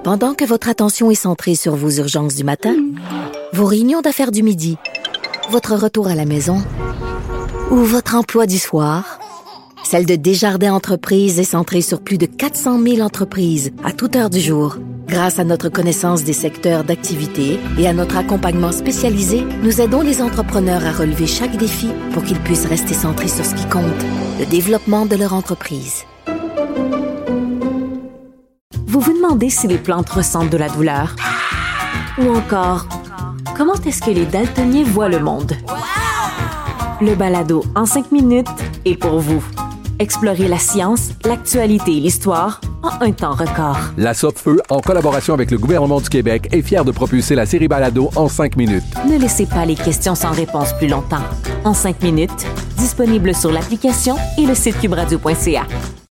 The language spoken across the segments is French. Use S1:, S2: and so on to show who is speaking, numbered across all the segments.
S1: Pendant que votre attention est centrée sur vos urgences du matin, vos réunions d'affaires du midi, votre retour à la maison ou votre emploi du soir, celle de Desjardins Entreprises est centrée sur plus de 400 000 entreprises à toute heure du jour. Grâce à notre connaissance des secteurs d'activité et à notre accompagnement spécialisé, nous aidons les entrepreneurs à relever chaque défi pour qu'ils puissent rester centrés sur ce qui compte, le développement de leur entreprise.
S2: Vous vous demandez si les plantes ressentent de la douleur? Ou encore, comment est-ce que les daltoniens voient le monde? Le balado en 5 minutes est pour vous. Explorez la science, l'actualité et l'histoire en un temps record.
S3: La Sopfeu, en collaboration avec le gouvernement du Québec, est fière de propulser la série Balado en 5 minutes.
S2: Ne laissez pas les questions sans réponse plus longtemps. En 5 minutes, disponible sur l'application et le site cubradio.ca.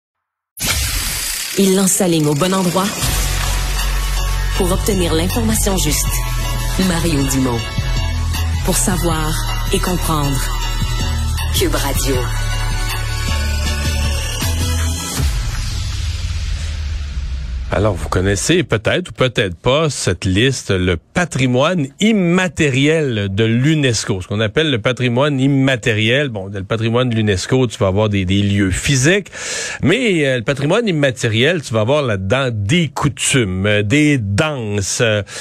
S2: Il lance sa ligne au bon endroit pour obtenir l'information juste. Mario Dumont. Pour savoir et comprendre. Cube Radio.
S4: Alors, vous connaissez peut-être ou peut-être pas cette liste, le patrimoine immatériel de l'UNESCO. Ce qu'on appelle le patrimoine immatériel. Bon, dans le patrimoine de l'UNESCO, tu vas avoir des lieux physiques, mais le patrimoine immatériel, tu vas avoir là-dedans des coutumes, des danses,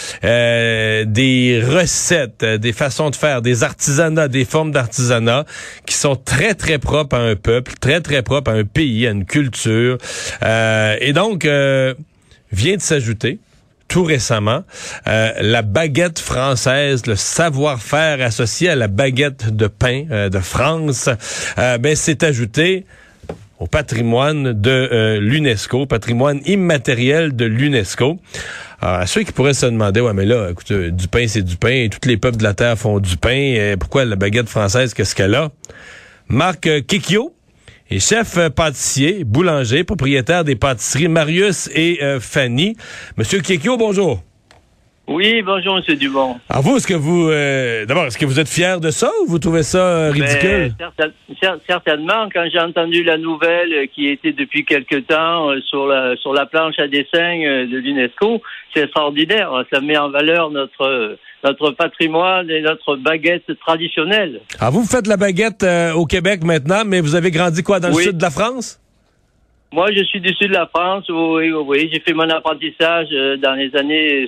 S4: des recettes, des façons de faire, des artisanats, des formes d'artisanat qui sont très, très propres à un peuple, très, très propres à un pays, à une culture. Et donc... vient de s'ajouter tout récemment la baguette française, le savoir-faire associé à la baguette de pain de France, s'est ajouté au patrimoine de l'UNESCO, patrimoine immatériel de l'UNESCO. Alors, à ceux qui pourraient se demander, ouais, mais là, écoute, du pain, c'est du pain, et tous les peuples de la Terre font du pain, pourquoi la baguette française, qu'est-ce qu'elle a? Marc Kékio est chef pâtissier, boulanger, propriétaire des pâtisseries Marius et Fanny. Monsieur Kékio, bonjour.
S5: Oui, bonjour, Monsieur Dumont.
S4: Alors vous, est-ce que vous, d'abord, est-ce que vous êtes fier de ça ou vous trouvez ça ridicule?
S5: Certainement, quand j'ai entendu la nouvelle qui était depuis quelque temps sur la planche à dessin de l'UNESCO, c'est extraordinaire. Ça met en valeur notre patrimoine et notre baguette traditionnelle.
S4: Alors vous faites la baguette au Québec maintenant, mais vous avez grandi quoi, dans le sud de la France?
S5: Moi, je suis du sud de la France. Oui. J'ai fait mon apprentissage dans les années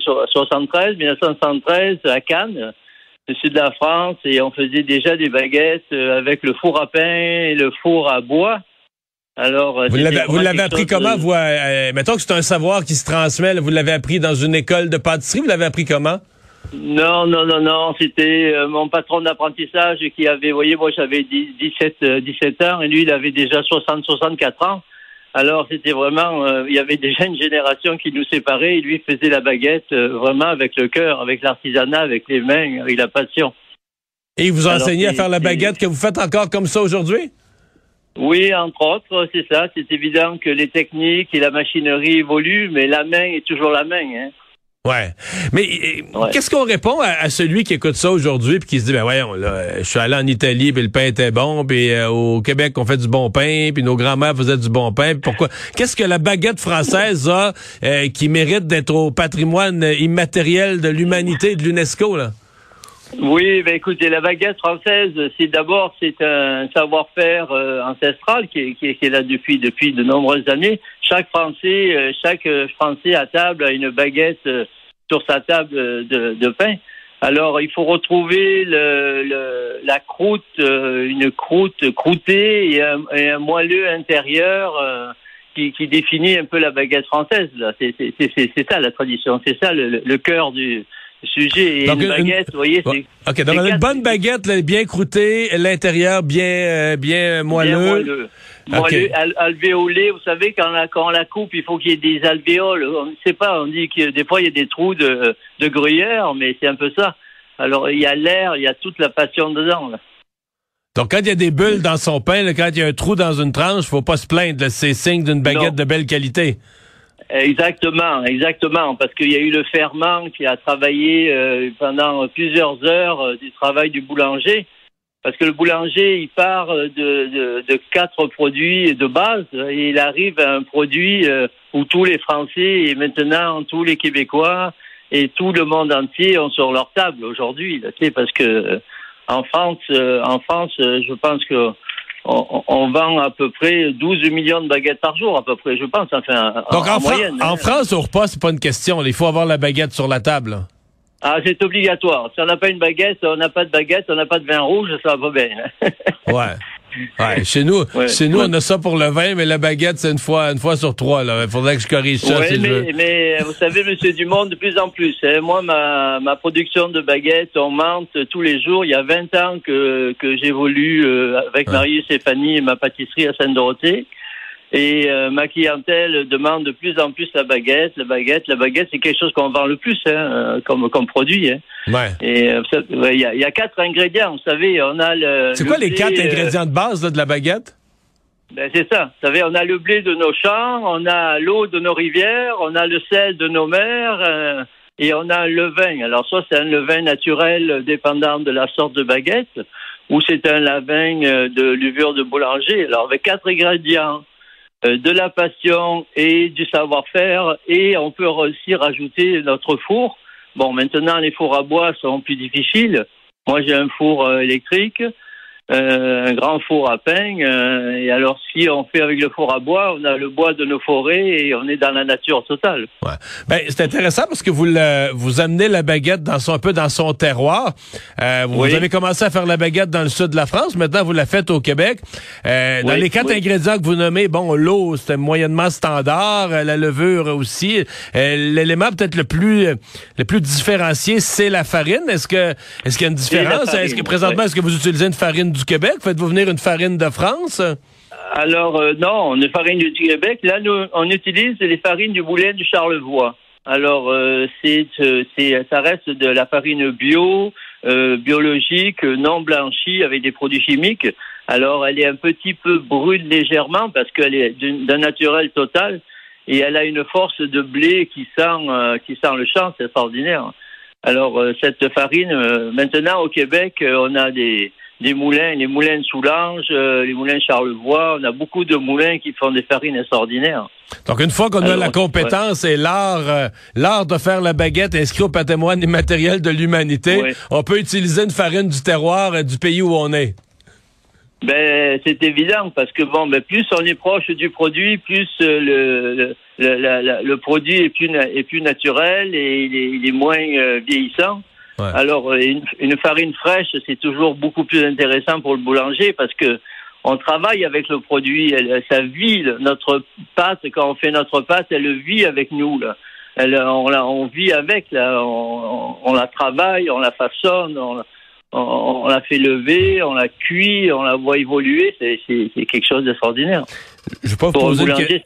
S5: 1973, à Cannes, le sud de la France, et on faisait déjà des baguettes avec le four à pain et le four à bois. Alors,
S4: vous l'avez appris comment, vous? Mettons que c'est un savoir qui se transmet. Là, vous l'avez appris dans une école de pâtisserie. Vous l'avez appris comment?
S5: Non. C'était mon patron d'apprentissage qui avait, moi j'avais 17 ans et lui il avait déjà 64 ans. Alors c'était vraiment, il y avait déjà une génération qui nous séparait et lui faisait la baguette vraiment avec le cœur, avec l'artisanat, avec les mains, avec la passion.
S4: Et il vous a enseigné à faire la baguette que vous faites encore comme ça aujourd'hui?
S5: Oui, entre autres, c'est ça. C'est évident que les techniques et la machinerie évoluent, mais la main est toujours la main, hein.
S4: Ouais. Mais qu'est-ce qu'on répond à celui qui écoute ça aujourd'hui puis qui se dit, ben voyons, là, je suis allé en Italie puis le pain était bon, puis au Québec on fait du bon pain, puis nos grands-mères faisaient du bon pain, puis pourquoi? Qu'est-ce que la baguette française a qui mérite d'être au patrimoine immatériel de l'humanité et de l'UNESCO, là?
S5: Oui, écoutez, la baguette française, c'est un savoir-faire ancestral qui est là depuis de nombreuses années. Chaque Français à table a une baguette sur sa table de pain. Alors, il faut retrouver la croûte, une croûte croûtée et un moelleux intérieur qui définit un peu la baguette française. Là, c'est ça la tradition, c'est ça le cœur du sujet. Et donc, une baguette, vous voyez, c'est...
S4: OK, donc une bonne baguette, là, bien croûtée, l'intérieur bien moelleux.
S5: Bien moelleux, alvéolé. Vous savez, quand on la coupe, il faut qu'il y ait des alvéoles. On ne sait pas, on dit que des fois, il y a des trous de gruyère, mais c'est un peu ça. Alors, il y a l'air, il y a toute la passion dedans, là.
S4: Donc, quand il y a des bulles dans son pain, là, quand il y a un trou dans une tranche, faut pas se plaindre, là, c'est signe d'une baguette de belle qualité.
S5: Exactement, parce qu'il y a eu le ferment qui a travaillé pendant plusieurs heures du travail du boulanger. Parce que le boulanger, il part de 4 produits de base et il arrive à un produit où tous les Français et maintenant tous les Québécois et tout le monde entier ont sur leur table aujourd'hui. Là, tu sais, parce que en France, je pense que on vend à peu près 12 millions de baguettes par jour, à peu près, je pense. Enfin,
S4: donc en
S5: moyenne.
S4: En France, au repas, c'est pas une question. Il faut avoir la baguette sur la table.
S5: Ah, c'est obligatoire. Si on n'a pas une baguette, on n'a pas de baguette, on n'a pas de vin rouge, ça va pas bien.
S4: Ouais. Chez nous, on a ça pour le vin, mais la baguette, c'est une fois sur 3. Là. Il faudrait que je corrige ça si je veux.
S5: Mais vous savez, Monsieur Dumont, de plus en plus. Moi, ma production de baguettes augmente tous les jours. Il y a 20 ans que j'évolue avec Marie et Stéphanie et ma pâtisserie à Sainte-Dorothée. Et ma clientèle demande de plus en plus la baguette. La baguette, c'est quelque chose qu'on vend le plus comme produit. Hein.
S4: Ouais.
S5: Et il y a 4 ingrédients. Vous savez, on a le.
S4: C'est quoi les 4 ingrédients de base là, de la baguette?
S5: Ben c'est ça. Vous savez, on a le blé de nos champs, on a l'eau de nos rivières, on a le sel de nos mers et on a un levain. Alors soit c'est un levain naturel dépendant de la sorte de baguette, ou c'est un levain de levure de boulanger. Alors avec 4 ingrédients. De la passion et du savoir-faire, et on peut aussi rajouter notre four. Bon, maintenant, les fours à bois sont plus difficiles. Moi, j'ai un four électrique, un grand four à pain, et alors si on fait avec le four à bois, on a le bois de nos forêts et on est dans la nature totale.
S4: Ouais. Ben, c'est intéressant parce que vous amenez la baguette un peu dans son terroir. Vous avez commencé à faire la baguette dans le sud de la France, maintenant vous la faites au Québec. Dans les 4 ingrédients que vous nommez, bon, l'eau, c'était moyennement standard, la levure aussi. L'élément peut-être le plus différencié, c'est la farine. Est-ce qu'il y a une différence? Est-ce que présentement, est-ce que vous utilisez une farine du Québec? Faites-vous venir une farine de France?
S5: Alors, non, on est farine du Québec. Là, nous, on utilise les farines du moulin du Charlevoix. Alors, ça reste de la farine bio, biologique, non blanchie, avec des produits chimiques. Alors, elle est un petit peu brune légèrement parce qu'elle est d'un naturel total et elle a une force de blé qui sent le champ, c'est extraordinaire. Alors, cette farine, maintenant, au Québec, on a des moulins, les moulins de Soulanges, les moulins de Charlevoix. On a beaucoup de moulins qui font des farines extraordinaires.
S4: Donc, une fois qu'on a la compétence et l'art de faire la baguette inscrit au patrimoine immatériel de l'humanité, on peut utiliser une farine du terroir du pays où on est.
S5: Ben, c'est évident parce que plus on est proche du produit, plus le produit est plus naturel et il est moins vieillissant. Ouais. Alors, une farine fraîche, c'est toujours beaucoup plus intéressant pour le boulanger parce que on travaille avec le produit. Ça vit notre pâte. Quand on fait notre pâte, elle vit avec nous. Là. On vit avec. Là. On la travaille, on la façonne, on la fait lever, on la cuit, on la voit évoluer. C'est quelque chose d'extraordinaire.
S4: Je vais pas poser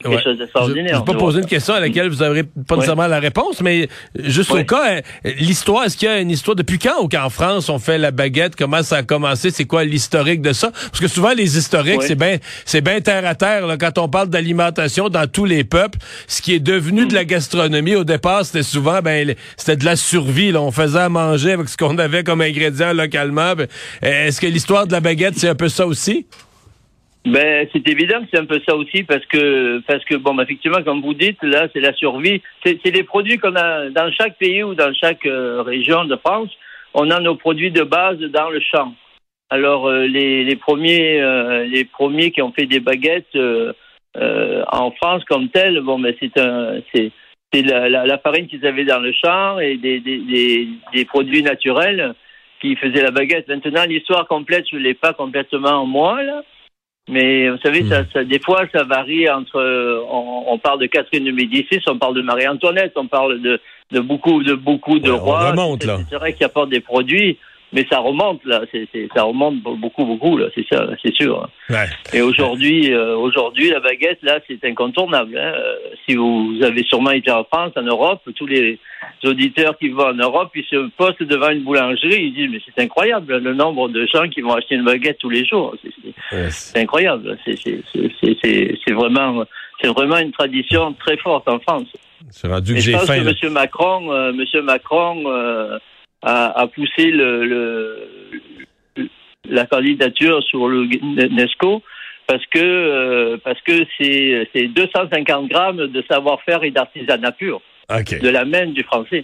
S4: une question à laquelle vous n'aurez pas nécessairement la réponse, mais juste au cas, l'histoire, est-ce qu'il y a une histoire depuis quand qu'en France on fait la baguette? Comment ça a commencé? C'est quoi l'historique de ça? Parce que souvent les historiques, c'est bien terre à terre là, quand on parle d'alimentation dans tous les peuples. Ce qui est devenu de la gastronomie au départ, c'était souvent c'était de la survie. Là. On faisait à manger avec ce qu'on avait comme ingrédient localement. Est-ce que l'histoire de la baguette, c'est un peu ça aussi?
S5: Ben, c'est évident que c'est un peu ça aussi parce que effectivement, comme vous dites, là, c'est la survie. C'est des produits qu'on a dans chaque pays ou dans chaque région de France. On a nos produits de base dans le champ. Alors, les premiers qui ont fait des baguettes en France comme telles, c'est la farine qu'ils avaient dans le champ et des produits naturels qui faisaient la baguette. Maintenant, l'histoire complète, je l'ai pas complètement en moi là. Mais vous savez, ça des fois, ça varie entre. On parle de Catherine de Médicis, on parle de Marie-Antoinette, on parle de beaucoup de rois.
S4: On remonte, là.
S5: C'est vrai qu'ils apportent des produits, mais ça remonte là. Ça remonte beaucoup là. C'est ça, c'est sûr.
S4: Ouais.
S5: Et aujourd'hui, la baguette là, c'est incontournable. Hein. Si vous avez sûrement été en France, en Europe, tous les auditeurs qui vont en Europe, ils se postent devant une boulangerie, ils disent mais c'est incroyable le nombre de gens qui vont acheter une baguette tous les jours. C'est incroyable. C'est vraiment une tradition très forte en France.
S4: C'est rendu que
S5: j'ai faim. Je pense que M. Macron a poussé la candidature sur l'UNESCO parce que c'est 250 grammes de savoir-faire et d'artisanat pur, de la main du français.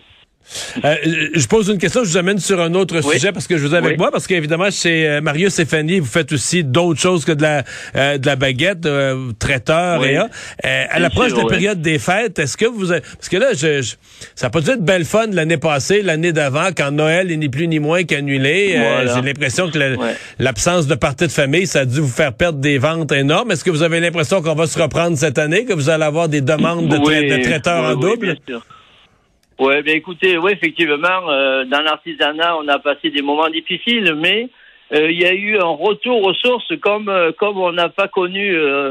S4: Je pose une question, je vous amène sur un autre sujet parce que je vous ai avec moi, parce qu'évidemment chez Marius et Fanny, vous faites aussi d'autres choses que de la baguette, traiteur et à l'approche de la période des fêtes, est-ce que vous parce que là ça a pas dû être belle fun l'année passée, l'année d'avant, quand Noël est ni plus ni moins qu'annulé. J'ai l'impression que l'absence de parties de famille, ça a dû vous faire perdre des ventes énormes. Est-ce que vous avez l'impression qu'on va se reprendre cette année, que vous allez avoir des demandes de traiteurs en double?
S5: Bien sûr. Ouais, bien écoutez, effectivement, dans l'artisanat, on a passé des moments difficiles, mais il y a eu un retour aux sources comme on n'a pas connu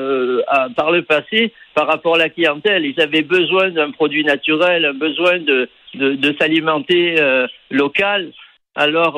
S5: par le passé par rapport à la clientèle. Ils avaient besoin d'un produit naturel, un besoin de s'alimenter local. Alors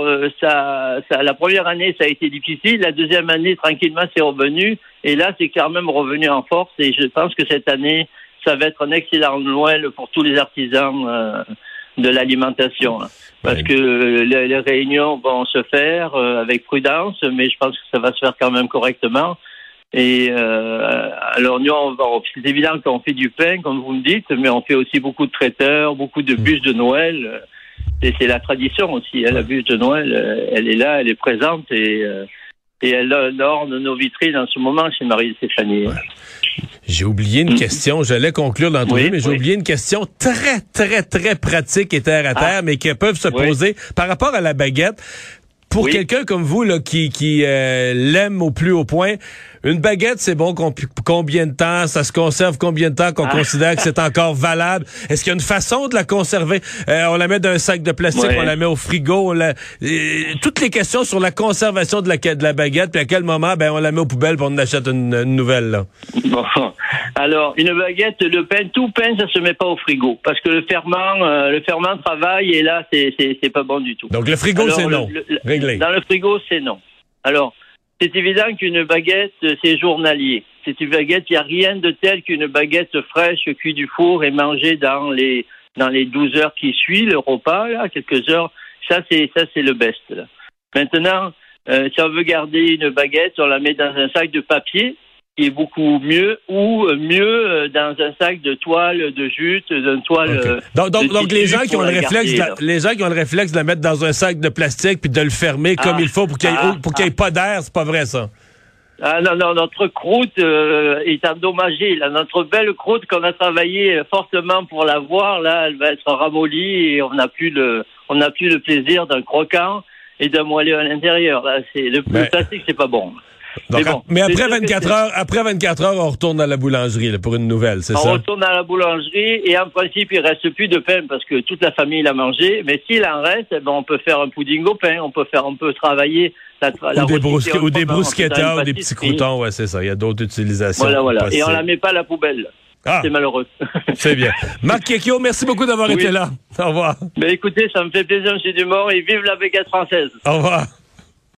S5: la première année, ça a été difficile. La deuxième année, tranquillement, c'est revenu. Et là, c'est quand même revenu en force. Et je pense que cette année, ça va être un excellent Noël pour tous les artisans de l'alimentation. Parce que les réunions vont se faire avec prudence, mais je pense que ça va se faire quand même correctement. Et alors nous, c'est évident qu'on fait du pain, comme vous me dites, mais on fait aussi beaucoup de traiteurs, beaucoup de bûches de Noël. Et c'est la tradition aussi. La bûche de Noël, elle est là, elle est présente et elle orne nos vitrines en ce moment chez Marie-Stéphanie.
S4: J'ai oublié une question. J'allais conclure l'entrevue, mais j'ai oublié une question très, très, très pratique et terre à terre, mais qui peuvent se poser par rapport à la baguette. Pour quelqu'un comme vous là, qui l'aime au plus haut point, une baguette, c'est bon combien de temps? Ça se conserve combien de temps qu'on considère que c'est encore valable? Est-ce qu'il y a une façon de la conserver? On la met dans un sac de plastique, on la met au frigo. Toutes les questions sur la conservation de la baguette, puis à quel moment on la met aux poubelles pour on achète une nouvelle. Là.
S5: Bon. Alors, une baguette, tout pain, ça se met pas au frigo. Parce que le ferment travaille et là, c'est pas bon du tout.
S4: Donc, le frigo, c'est non. Réglé.
S5: Dans le frigo, c'est non. Alors, c'est évident qu'une baguette, c'est journalier. C'est une baguette, il n'y a rien de tel qu'une baguette fraîche cuite du four et mangée dans les 12 heures qui suivent le repas, là, quelques heures. Ça, c'est le best, là. Maintenant, si on veut garder une baguette, on la met dans un sac de papier, qui est beaucoup mieux, ou mieux dans un sac de toile, de jute, d'une toile.
S4: Donc les gens qui ont le réflexe de la mettre dans un sac de plastique puis de le fermer comme il faut pour qu'il y ait pas d'air, c'est pas vrai ça.
S5: Ah non, notre croûte est endommagée. Là, notre belle croûte qu'on a travaillé fortement pour l'avoir, là, elle va être ramollie et on n'a plus le plaisir d'un croquant et d'un moelleux à l'intérieur. Là, le plastique, c'est pas bon.
S4: Donc, mais après 24 heures, on retourne à la boulangerie là, pour une nouvelle, c'est ça?
S5: On retourne à la boulangerie et en principe, il reste plus de pain parce que toute la famille l'a mangé. Mais s'il en reste, on peut faire un pudding au pain, on peut travailler
S4: ou des bruschettas ou des petits croutons, c'est ça. Il y a d'autres utilisations.
S5: Voilà. Possibles. Et on la met pas à la poubelle. C'est malheureux.
S4: C'est bien. Marc Quéquio, merci beaucoup d'avoir été là. Au revoir.
S5: Écoutez, ça me fait plaisir, M. Dumont, et vive la baguette française.
S4: Au revoir.